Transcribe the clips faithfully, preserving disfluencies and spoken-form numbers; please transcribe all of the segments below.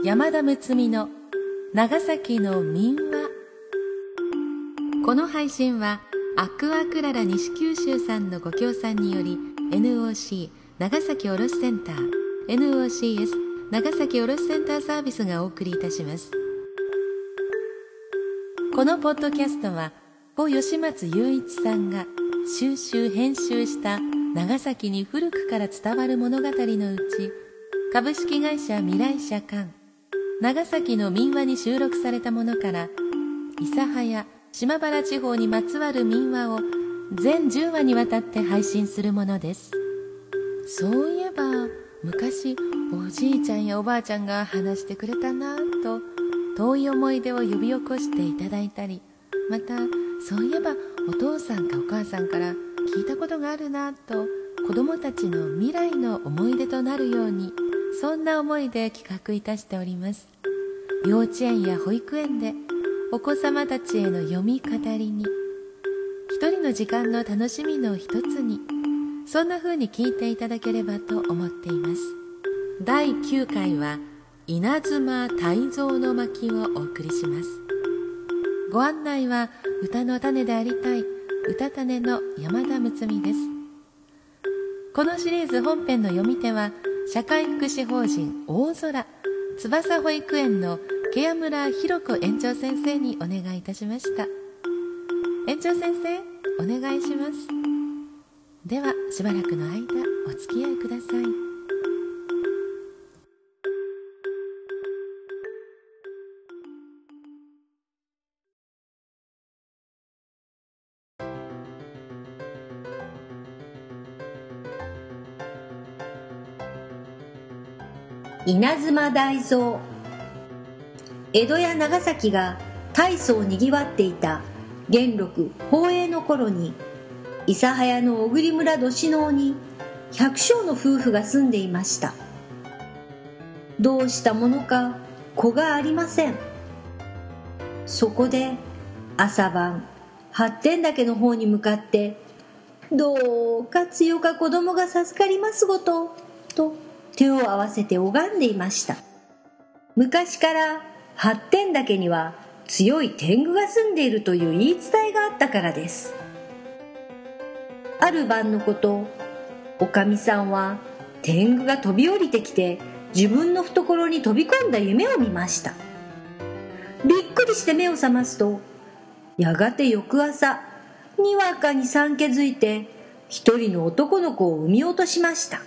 山田睦美の長崎の民話。この配信はアクアクララ西九州さんのご協賛により エヌオーシー 長崎卸センター エヌオーシーエス 長崎卸センターサービスがお送りいたします。このポッドキャストは故吉松雄一さんが収集編集した長崎に古くから伝わる物語のうち、株式会社未来社館長崎の民話に収録されたものから、諫早島原地方にまつわる民話を全じゅうわにわたって配信するものです。そういえば昔おじいちゃんやおばあちゃんが話してくれたなぁと遠い思い出を呼び起こしていただいたり、またそういえばお父さんかお母さんから聞いたことがあるなぁと子どもたちの未来の思い出となるように、そんな思いで企画いたしております。幼稚園や保育園でお子様たちへの読み語りに、一人の時間の楽しみの一つに、そんな風に聞いていただければと思っています。だいきゅうかいは稲妻泰造の巻をお送りします。ご案内は歌の種でありたい歌種の山田睦美です。このシリーズ本編の読み手は社会福祉法人大空翼保育園のケ谷村弘子園長先生にお願いいたしました。園長先生、お願いします。ではしばらくの間お付き合いください。 稲妻泰造。江戸や長崎が大層にぎわっていた元禄宝永の頃に、諫早の小栗村土志能に百姓の夫婦が住んでいました。どうしたものか子がありません。そこで朝晩八天岳の方に向かって、どうか強か子供が授かりますごとと手を合わせて拝んでいました。昔から八天岳には強い天狗が住んでいるという言い伝えがあったからです。ある晩のこと、おかみさんは天狗が飛び降りてきて自分の懐に飛び込んだ夢を見ました。びっくりして目を覚ますと、やがて翌朝にわかに産気づいて一人の男の子を産み落としました。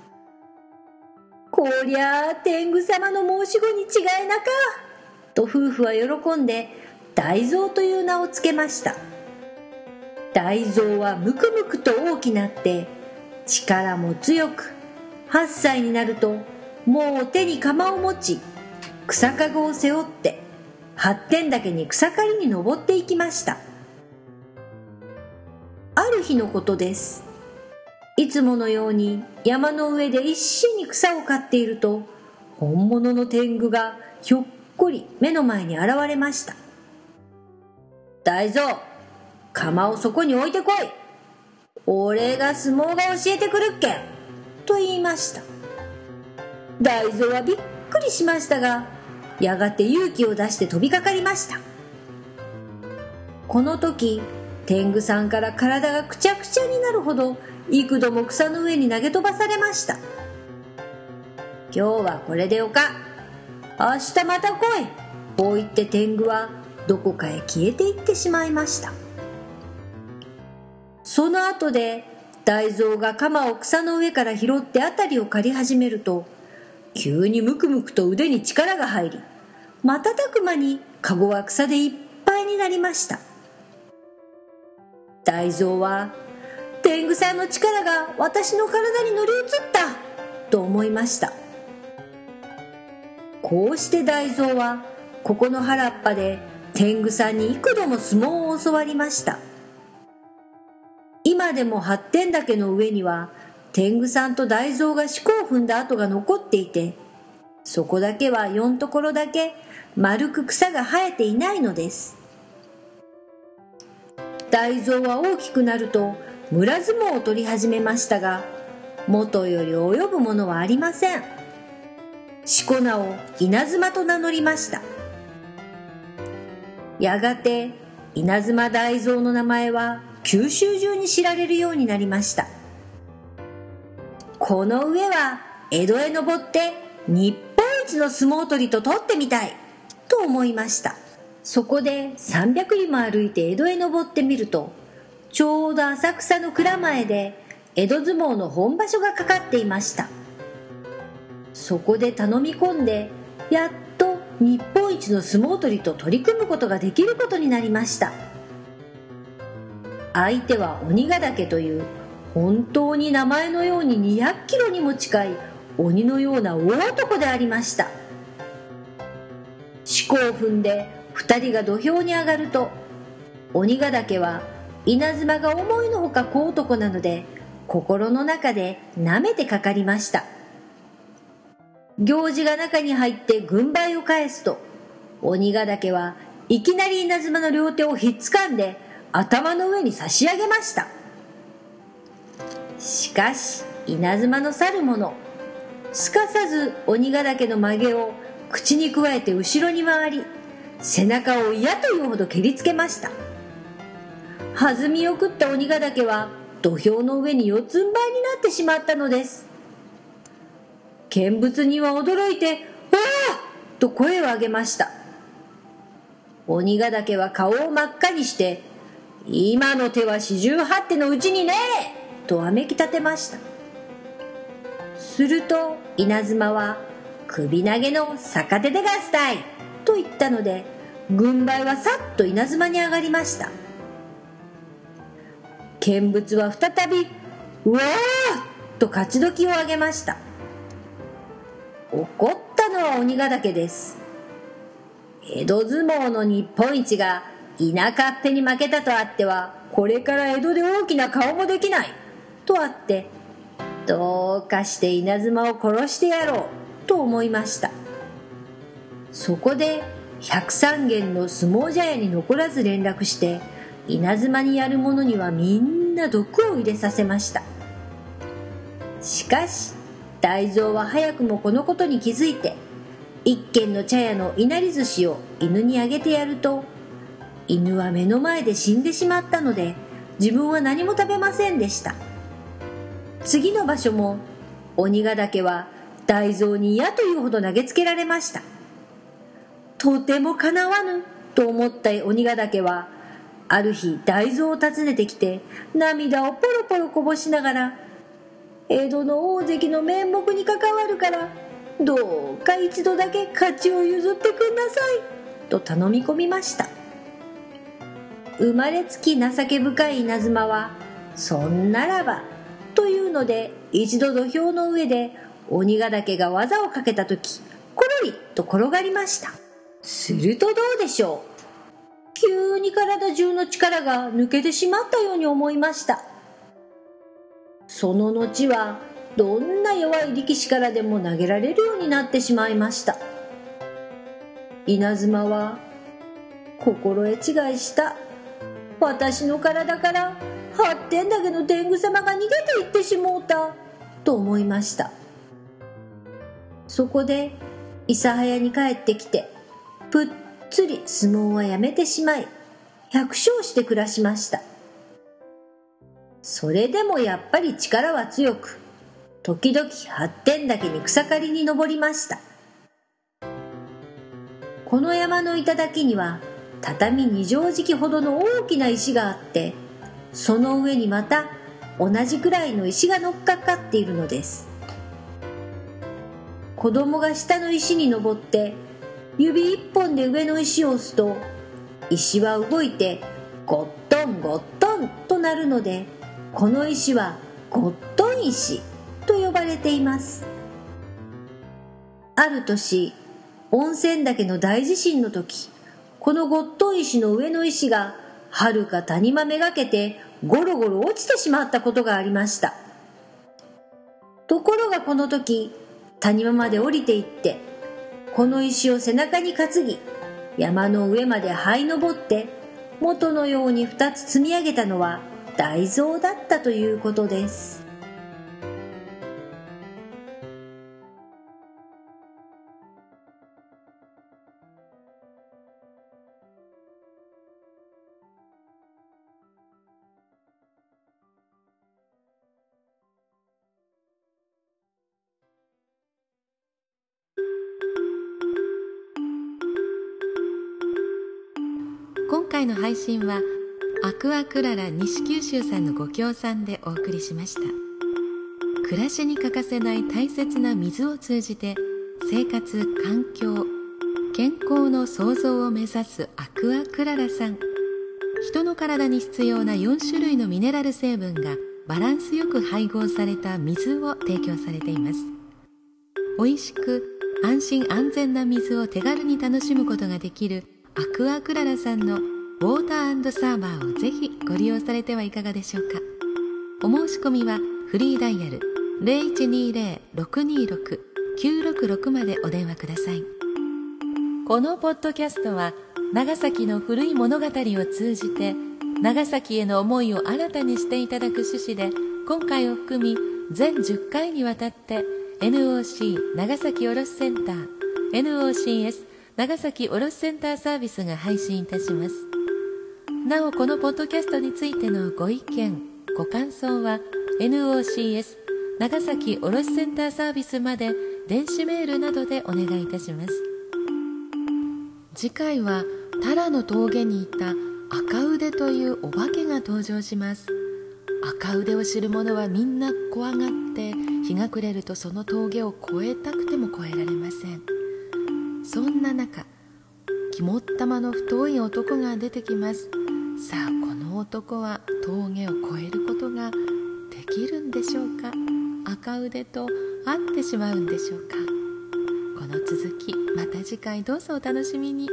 こりゃあ天狗様の申し子に違いなかと夫婦は喜んで泰造という名をつけました。泰造はむくむくと大きなって力も強く、はっさいになるともう手に鎌を持ち、草かごを背負って八天岳に草刈りに登っていきました。ある日のことです。いつものように山の上で一心に草を刈っていると、本物の天狗がひょっこり目の前に現れました。泰造、鎌をそこに置いてこい。俺が相撲が教えてくるっけんと言いました。泰造はびっくりしましたが、やがて勇気を出して飛びかかりました。この時、天狗さんから体がくちゃくちゃになるほど幾度も草の上に投げ飛ばされました。今日はこれでよか。明日また来い。こう言って天狗はどこかへ消えていってしまいました。その後で泰造が鎌を草の上から拾って辺りを刈り始めると、急にムクムクと腕に力が入り、瞬く間にカゴは草でいっぱいになりました。泰造は、天狗さんの力が私の体に乗り移ったと思いました。こうして泰造はここの原っぱで天狗さんに幾度も相撲を教わりました。今でも八天岳の上には天狗さんと泰造が四股を踏んだ跡が残っていて、そこだけは四ところだけ丸く草が生えていないのです。泰造は大きくなると村相撲を取り始めましたが、元より及ぶものはありません。 しこ名を稲妻と名乗りました。やがて稲妻大蔵の名前は九州中に知られるようになりました。この上は江戸へ登って日本一の相撲取りと取ってみたいと思いました。そこでさんびゃく里も歩いて江戸へ登ってみると、ちょうど浅草の蔵前で江戸相撲の本場所がかかっていました。そこで頼み込んで、やっと日本一の相撲取りと取り組むことができることになりました。相手は鬼ヶ岳という本当に名前のようににひゃくキロにも近い鬼のような大男でありました。四股を踏んで二人が土俵に上がると、鬼ヶ岳は稲妻が思いのほか小男なので、心の中でなめてかかりました。行司が中に入って軍配を返すと、鬼ヶ岳はいきなり稲妻の両手をひっつかんで頭の上に差し上げました。しかし稲妻の去る者、すかさず鬼ヶ岳の曲げを口にくわえて後ろに回り、背中を嫌というほど蹴りつけました。弾みを食った鬼ヶ岳は土俵の上に四つん這いになってしまったのです。見物人は驚いて「わあ!」と声を上げました。鬼ヶ岳は顔を真っ赤にして「今の手は四十八手のうちにねえ!」とわめき立てました。すると稲妻は「首投げの逆手でガスたい!」と言ったので、軍配はさっと稲妻に上がりました。見物は再び「うわあ!」と勝ち時を上げました。怒ったのは鬼ヶ岳です。江戸相撲の日本一が田舎っぺに負けたとあっては、これから江戸で大きな顔もできないとあって、どうかして稲妻を殺してやろうと思いました。そこで百三軒の相撲茶屋に残らず連絡して、稲妻にやる者にはみんな毒を入れさせました。しかし大蔵は早くもこのことに気づいて、一軒の茶屋のいなり寿司を犬にあげてやると、犬は目の前で死んでしまったので、自分は何も食べませんでした。次の場所も鬼ヶ岳は大蔵に嫌というほど投げつけられました。とてもかなわぬと思った鬼ヶ岳は、ある日大蔵を訪ねてきて、涙をポロポロこぼしながら、江戸の大関の面目に関わるからどうか一度だけ勝ちを譲ってくんなさいと頼み込みました。生まれつき情け深い稲妻はそんならばというので、一度土俵の上で鬼ヶ岳が技をかけた時、コロリと転がりました。するとどうでしょう、急に体中の力が抜けてしまったように思いました。その後はどんな弱い力士からでも投げられるようになってしまいました。稲妻は心得違いした。私の体から八天だけの天狗様が逃げていってしもうたと思いました。そこで諫早に帰ってきて、ぷっつり相撲はやめてしまい、百姓して暮らしました。それでもやっぱり力は強く、時々八天岳に草刈りに登りました。この山の頂には畳二畳敷ほどの大きな石があって、その上にまた同じくらいの石が乗っかかっているのです。子供が下の石に登って指一本で上の石を押すと、石は動いてゴットンゴットンとなるので、この石はゴットン石と呼ばれています。ある年、温泉岳の大地震の時、このゴットン石の上の石がはるか谷間めがけてゴロゴロ落ちてしまったことがありました。ところがこの時、谷間まで降りていって、この石を背中に担ぎ、山の上まで這い登って元のように二つ積み上げたのは大蔵だったということです。 回の配信はアクアクララ西九州さんのご協賛でお送りしました。暮らしに欠かせない大切な水を通じて生活、環境、健康の創造を目指すアクアクララさん。人の体に必要なよん種類のミネラル成分がバランスよく配合された水を提供されています。美味しく安心安全な水を手軽に楽しむことができるアクアクララさんのウォーター&サーバーをぜひご利用されてはいかがでしょうか。お申し込みはフリーダイヤル ゼロいちにゼロ ろくにろく きゅうろくろく までお電話ください。このポッドキャストは長崎の古い物語を通じて長崎への思いを新たにしていただく趣旨で、今回を含み全じゅっかいにわたって エヌオーシー 長崎卸センター エヌオーシーエス 長崎卸センターサービスが配信いたします。なおこのポッドキャストについてのご意見ご感想は エヌオーシーエス 長崎卸センターサービスまで電子メールなどでお願いいたします。次回はタラの峠にいた赤腕というお化けが登場します。赤腕を知る者はみんな怖がって日が暮れるとその峠を越えたくても越えられません。そんな中、肝っ玉の太い男が出てきます。さあこの男は峠を越えることができるんでしょうか。赤腕と会ってしまうんでしょうか。この続きまた次回どうぞお楽しみに。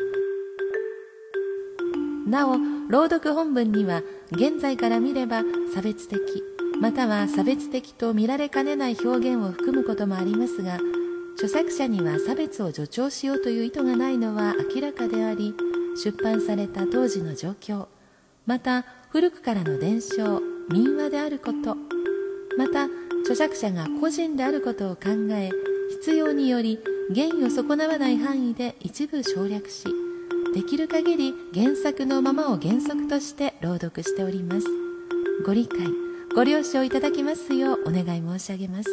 なお朗読本文には現在から見れば差別的または差別的と見られかねない表現を含むこともありますが、著作者には差別を助長しようという意図がないのは明らかであり、出版された当時の状況、また古くからの伝承、民話であること、また著作者が個人であることを考え、必要により原意を損なわない範囲で一部省略し、できる限り原作のままを原則として朗読しております。ご理解ご了承いただきますようお願い申し上げます。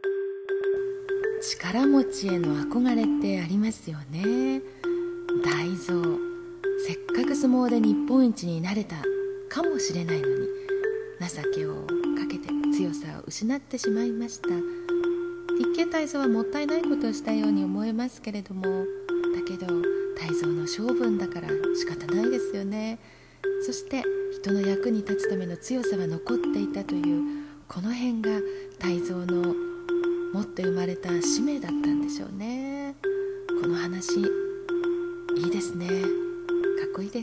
力持ちへの憧れってありますよね。大蔵、せっかく相撲で日本一になれたかもしれないのに情けをかけて強さを失ってしまいました。一見大蔵はもったいないことをしたように思えますけれども、だけど大蔵の性分だから仕方ないですよね。そして人の役に立つための強さは残っていたという、この辺が大蔵の持って生まれた使命だったんでしょうね。この話いいですね。かっこいいです。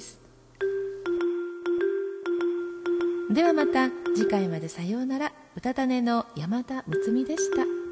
ではまた次回までさようなら。うたたねの山田睦美でした。